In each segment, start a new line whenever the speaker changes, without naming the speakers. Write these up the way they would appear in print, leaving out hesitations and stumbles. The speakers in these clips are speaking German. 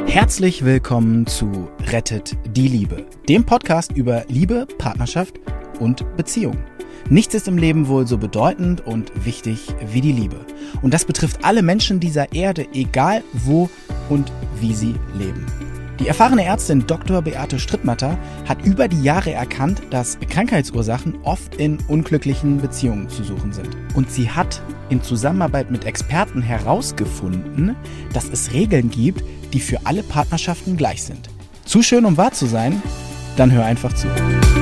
Herzlich willkommen zu Rettet die Liebe, dem Podcast über Liebe, Partnerschaft und Beziehung. Nichts ist im Leben wohl so bedeutend und wichtig wie die Liebe. Und das betrifft alle Menschen dieser Erde, egal wo und wie sie leben. Die erfahrene Ärztin Dr. Beate Strittmatter hat über die Jahre erkannt, dass Krankheitsursachen oft in unglücklichen Beziehungen zu suchen sind. Und sie hat in Zusammenarbeit mit Experten herausgefunden, dass es Regeln gibt, die für alle Partnerschaften gleich sind. Zu schön, um wahr zu sein? Dann hör einfach zu.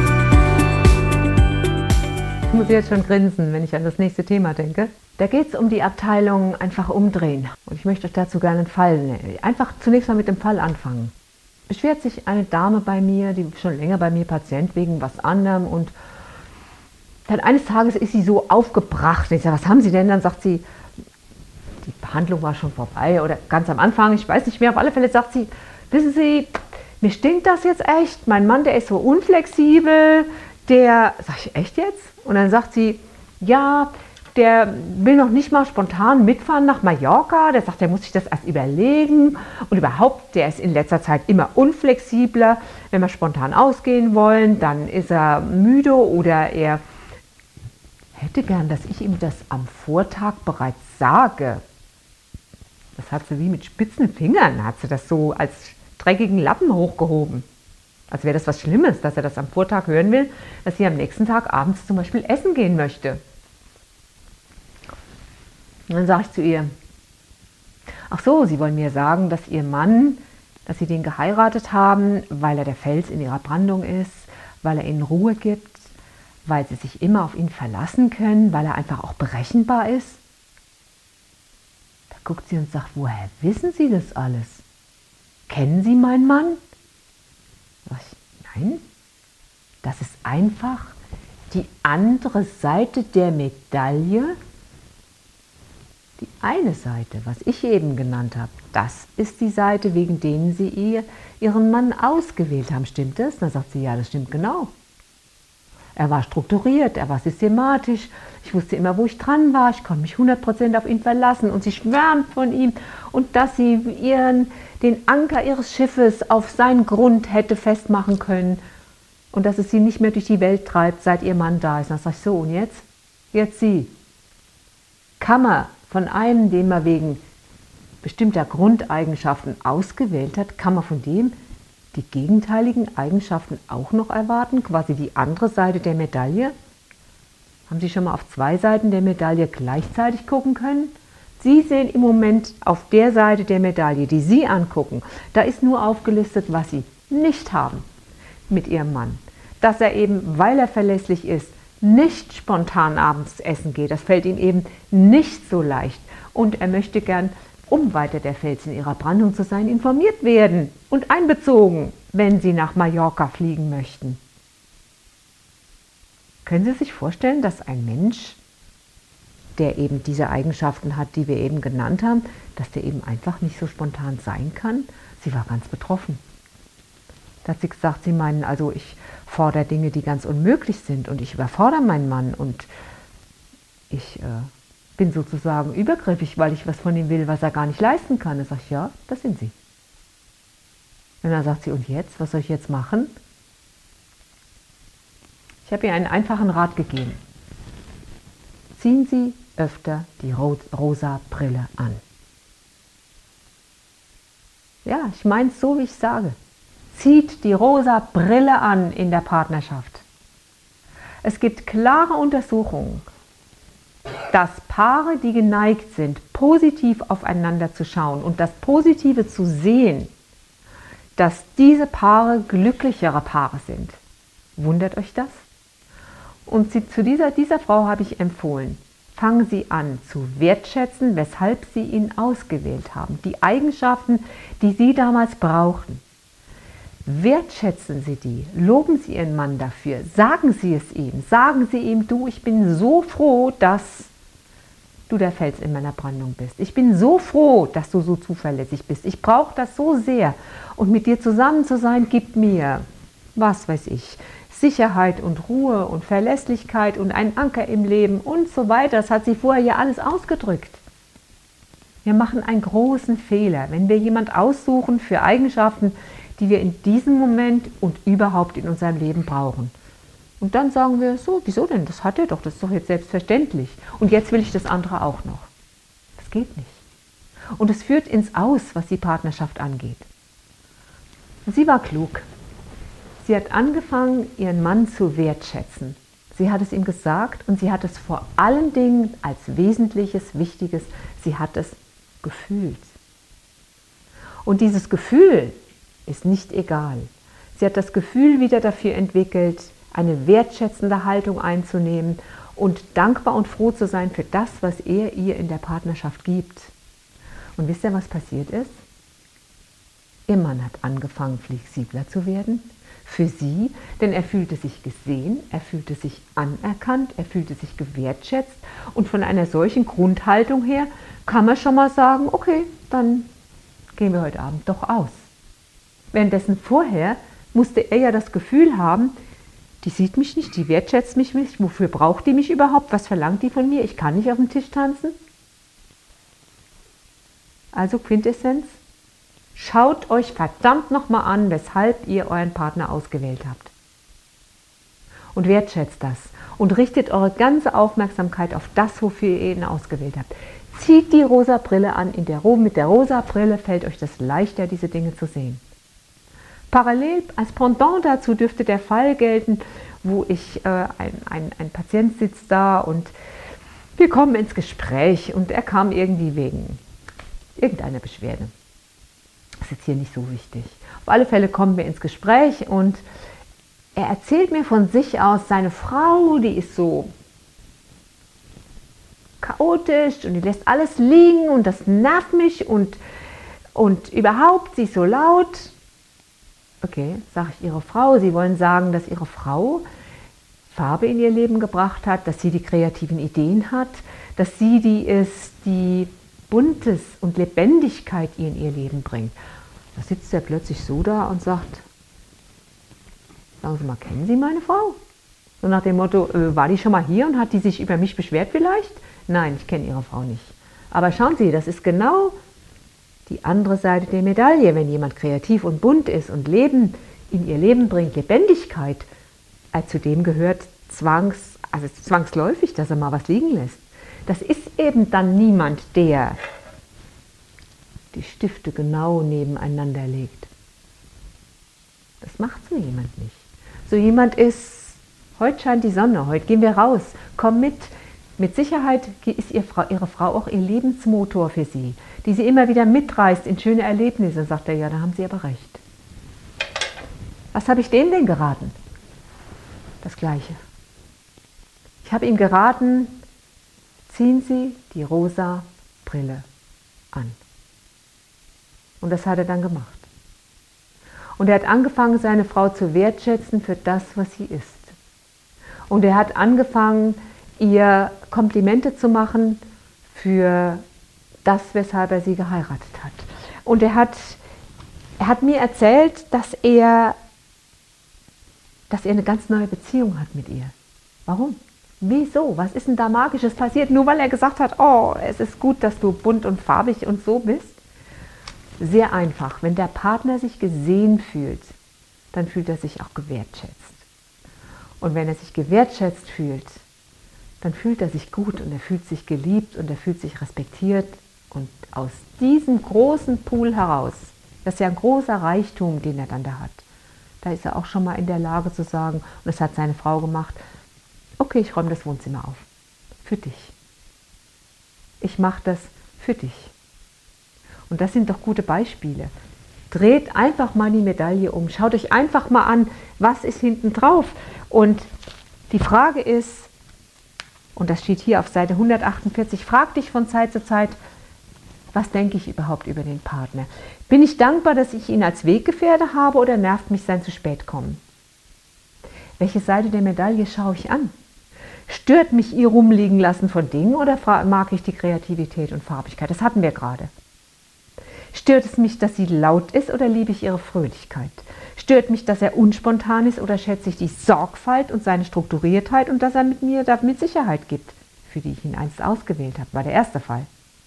Ich muss jetzt schon grinsen, wenn ich an das nächste Thema denke. Da geht es um die Abteilung einfach umdrehen. Und ich möchte euch dazu gerne einen Fall nennen. Einfach zunächst mal mit dem Fall anfangen. Beschwert sich eine Dame bei mir, die schon länger bei mir Patient wegen was anderem, und dann eines Tages ist sie so aufgebracht. Ich sage, was haben Sie denn? Dann sagt sie, die Behandlung war schon vorbei oder ganz am Anfang, ich weiß nicht mehr. Auf alle Fälle sagt sie, wissen Sie, mir stinkt das jetzt echt. Mein Mann, der ist so unflexibel. Sag ich, echt jetzt? Und dann sagt sie, ja, der will noch nicht mal spontan mitfahren nach Mallorca. Der sagt, der muss sich das erst überlegen. Und überhaupt, der ist in letzter Zeit immer unflexibler. Wenn wir spontan ausgehen wollen, dann ist er müde oder er hätte gern, dass ich ihm das am Vortag bereits sage. Das hat sie wie mit spitzen Fingern, hat sie das so als dreckigen Lappen hochgehoben. Als wäre das was Schlimmes, dass er das am Vortag hören will, dass sie am nächsten Tag abends zum Beispiel essen gehen möchte. Und dann sage ich zu ihr, ach so, Sie wollen mir sagen, dass Ihr Mann, dass Sie den geheiratet haben, weil er der Fels in Ihrer Brandung ist, weil er Ihnen Ruhe gibt, weil Sie sich immer auf ihn verlassen können, weil er einfach auch berechenbar ist? Da guckt sie und sagt, woher wissen Sie das alles? Kennen Sie meinen Mann? Sag ich, nein, das ist einfach die andere Seite der Medaille. Die eine Seite, was ich eben genannt habe, das ist die Seite, wegen denen Sie Ihren Mann ausgewählt haben. Stimmt das? Dann sagt sie, ja, das stimmt genau. Er war strukturiert, er war systematisch, ich wusste immer, wo ich dran war, ich konnte mich 100% auf ihn verlassen und sie schwärmt von ihm und dass sie den Anker ihres Schiffes auf seinen Grund hätte festmachen können und dass es sie nicht mehr durch die Welt treibt, seit ihr Mann da ist. Dann sage ich, so, und jetzt? Jetzt sie. Kann man von einem, den man wegen bestimmter Grundeigenschaften ausgewählt hat, kann man von dem die gegenteiligen Eigenschaften auch noch erwarten, quasi die andere Seite der Medaille? Haben Sie schon mal auf zwei Seiten der Medaille gleichzeitig gucken können? Sie sehen im Moment auf der Seite der Medaille, die Sie angucken, da ist nur aufgelistet, was Sie nicht haben mit Ihrem Mann. Dass er eben, weil er verlässlich ist, nicht spontan abends essen geht, das fällt ihm eben nicht so leicht. Und er möchte gern, um weiter der Fels in ihrer Brandung zu sein, informiert werden und einbezogen, wenn Sie nach Mallorca fliegen möchten. Können Sie sich vorstellen, dass ein Mensch, der eben diese Eigenschaften hat, die wir eben genannt haben, dass der eben einfach nicht so spontan sein kann? Sie war ganz betroffen. Da hat sie gesagt, Sie meinen, also ich fordere Dinge, die ganz unmöglich sind und ich überfordere meinen Mann und ich bin sozusagen übergriffig, weil ich was von ihm will, was er gar nicht leisten kann. Da sage ich, ja, das sind Sie. Und dann sagt sie, und jetzt? Was soll ich jetzt machen? Ich habe ihr einen einfachen Rat gegeben. Ziehen Sie öfter die rosa Brille an. Ja, ich meine es so, wie ich sage. Zieht die rosa Brille an in der Partnerschaft. Es gibt klare Untersuchungen, dass Paare, die geneigt sind, positiv aufeinander zu schauen und das Positive zu sehen, dass diese Paare glücklichere Paare sind. Wundert euch das? Und zu dieser Frau habe ich empfohlen, fangen Sie an zu wertschätzen, weshalb Sie ihn ausgewählt haben. Die Eigenschaften, die Sie damals brauchten. Wertschätzen Sie die, loben Sie Ihren Mann dafür, sagen Sie es ihm, sagen Sie ihm, du, ich bin so froh, dass du der Fels in meiner Brandung bist. Ich bin so froh, dass du so zuverlässig bist. Ich brauche das so sehr. Und mit dir zusammen zu sein, gibt mir, was weiß ich, Sicherheit und Ruhe und Verlässlichkeit und einen Anker im Leben und so weiter. Das hat sie vorher ja alles ausgedrückt. Wir machen einen großen Fehler, wenn wir jemanden aussuchen für Eigenschaften, die wir in diesem Moment und überhaupt in unserem Leben brauchen. Und dann sagen wir, so, wieso denn? Das hat er doch, das ist doch jetzt selbstverständlich. Und jetzt will ich das andere auch noch. Das geht nicht. Und es führt ins Aus, was die Partnerschaft angeht. Und sie war klug. Sie hat angefangen, ihren Mann zu wertschätzen. Sie hat es ihm gesagt und sie hat es vor allen Dingen als Wesentliches, Wichtiges, sie hat es gefühlt. Und dieses Gefühl ist nicht egal. Sie hat das Gefühl wieder dafür entwickelt, eine wertschätzende Haltung einzunehmen und dankbar und froh zu sein für das, was er ihr in der Partnerschaft gibt. Und wisst ihr, was passiert ist? Ihr Mann hat angefangen, flexibler zu werden. Für sie, denn er fühlte sich gesehen, er fühlte sich anerkannt, er fühlte sich gewertschätzt. Und von einer solchen Grundhaltung her kann man schon mal sagen, okay, dann gehen wir heute Abend doch aus. Währenddessen vorher musste er ja das Gefühl haben, die sieht mich nicht, die wertschätzt mich nicht, wofür braucht die mich überhaupt, was verlangt die von mir, ich kann nicht auf dem Tisch tanzen. Also Quintessenz, schaut euch verdammt nochmal an, weshalb ihr euren Partner ausgewählt habt. Und wertschätzt das und richtet eure ganze Aufmerksamkeit auf das, wofür ihr ihn ausgewählt habt. Zieht die rosa Brille an, mit der rosa Brille fällt euch das leichter, diese Dinge zu sehen. Parallel als Pendant dazu dürfte der Fall gelten, wo ein Patient sitzt da und wir kommen ins Gespräch und er kam irgendwie wegen irgendeiner Beschwerde. Das ist jetzt hier nicht so wichtig. Auf alle Fälle kommen wir ins Gespräch und er erzählt mir von sich aus, seine Frau, die ist so chaotisch und die lässt alles liegen und das nervt mich und überhaupt, sie ist so laut. Okay, sage ich Ihre Frau, Sie wollen sagen, dass Ihre Frau Farbe in ihr Leben gebracht hat, dass sie die kreativen Ideen hat, dass sie die ist, die Buntes und Lebendigkeit in ihr Leben bringt. Da sitzt er plötzlich so da und sagt, sagen Sie mal, kennen Sie meine Frau? So nach dem Motto, war die schon mal hier und hat die sich über mich beschwert vielleicht? Nein, ich kenne Ihre Frau nicht. Aber schauen Sie, das ist genau die andere Seite der Medaille. Wenn jemand kreativ und bunt ist und Leben in ihr Leben bringt, Lebendigkeit, zu dem gehört zwangsläufig, dass er mal was liegen lässt. Das ist eben dann niemand, der die Stifte genau nebeneinander legt. Das macht so jemand nicht. So jemand ist, heute scheint die Sonne, heute gehen wir raus, komm mit. Mit Sicherheit ist Ihre Frau auch ihr Lebensmotor für Sie, die Sie immer wieder mitreißt in schöne Erlebnisse. Sagt er, ja, da haben Sie aber recht. Was habe ich denen denn geraten? Das Gleiche. Ich habe ihm geraten, ziehen Sie die rosa Brille an. Und das hat er dann gemacht. Und er hat angefangen, seine Frau zu wertschätzen für das, was sie ist. Und er hat angefangen, ihr Komplimente zu machen für das, weshalb er sie geheiratet hat. Und er hat mir erzählt, dass er eine ganz neue Beziehung hat mit ihr. Warum? Wieso? Was ist denn da Magisches passiert? Nur weil er gesagt hat, oh, es ist gut, dass du bunt und farbig und so bist? Sehr einfach. Wenn der Partner sich gesehen fühlt, dann fühlt er sich auch gewertschätzt. Und wenn er sich gewertschätzt fühlt, dann fühlt er sich gut und er fühlt sich geliebt und er fühlt sich respektiert. Und aus diesem großen Pool heraus, das ist ja ein großer Reichtum, den er dann da hat, da ist er auch schon mal in der Lage zu sagen, und das hat seine Frau gemacht, okay, ich räume das Wohnzimmer auf. Für dich. Ich mache das für dich. Und das sind doch gute Beispiele. Dreht einfach mal die Medaille um. Schaut euch einfach mal an, was ist hinten drauf. Und die Frage ist, und das steht hier auf Seite 148, frag dich von Zeit zu Zeit, was denke ich überhaupt über den Partner? Bin ich dankbar, dass ich ihn als Weggefährte habe oder nervt mich sein zu spät kommen? Welche Seite der Medaille schaue ich an? Stört mich ihr Rumliegen lassen von Dingen oder mag ich die Kreativität und Farbigkeit? Das hatten wir gerade. Stört es mich, dass sie laut ist oder liebe ich ihre Fröhlichkeit? Stört mich, dass er unspontan ist oder schätze ich die Sorgfalt und seine Strukturiertheit und dass er mir damit Sicherheit gibt, für die ich ihn einst ausgewählt habe? War der erste Fall.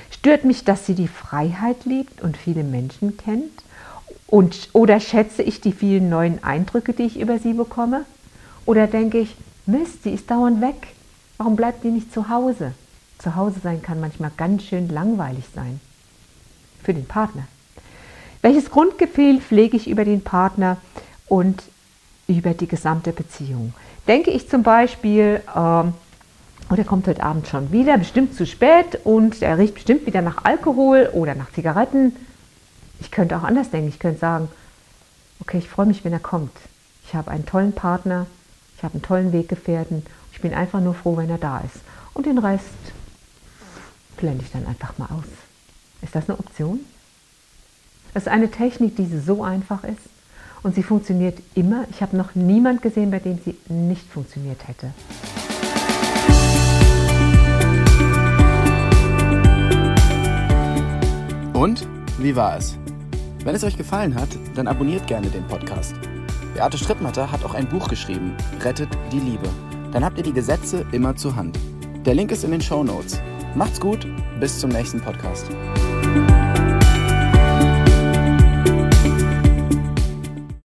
Stört mich, dass sie die Freiheit liebt und viele Menschen kennt? Oder schätze ich die vielen neuen Eindrücke, die ich über sie bekomme? Oder denke ich, Mist, sie ist dauernd weg. Warum bleibt die nicht zu Hause? Zu Hause sein kann manchmal ganz schön langweilig sein. Für den Partner. Welches Grundgefühl pflege ich über den Partner und über die gesamte Beziehung? Denke ich zum Beispiel, der kommt heute Abend schon wieder, bestimmt zu spät und er riecht bestimmt wieder nach Alkohol oder nach Zigaretten. Ich könnte auch anders denken. Ich könnte sagen, okay, ich freue mich, wenn er kommt. Ich habe einen tollen Partner, ich habe einen tollen Weggefährten. Ich bin einfach nur froh, wenn er da ist. Und den Rest blende ich dann einfach mal aus. Ist das eine Option? Das ist eine Technik, die so einfach ist und sie funktioniert immer. Ich habe noch niemanden gesehen, bei dem sie nicht funktioniert hätte.
Und wie war es? Wenn es euch gefallen hat, dann abonniert gerne den Podcast. Beate Strittmatter hat auch ein Buch geschrieben, Rettet die Liebe. Dann habt ihr die Gesetze immer zur Hand. Der Link ist in den Shownotes. Macht's gut, bis zum nächsten Podcast.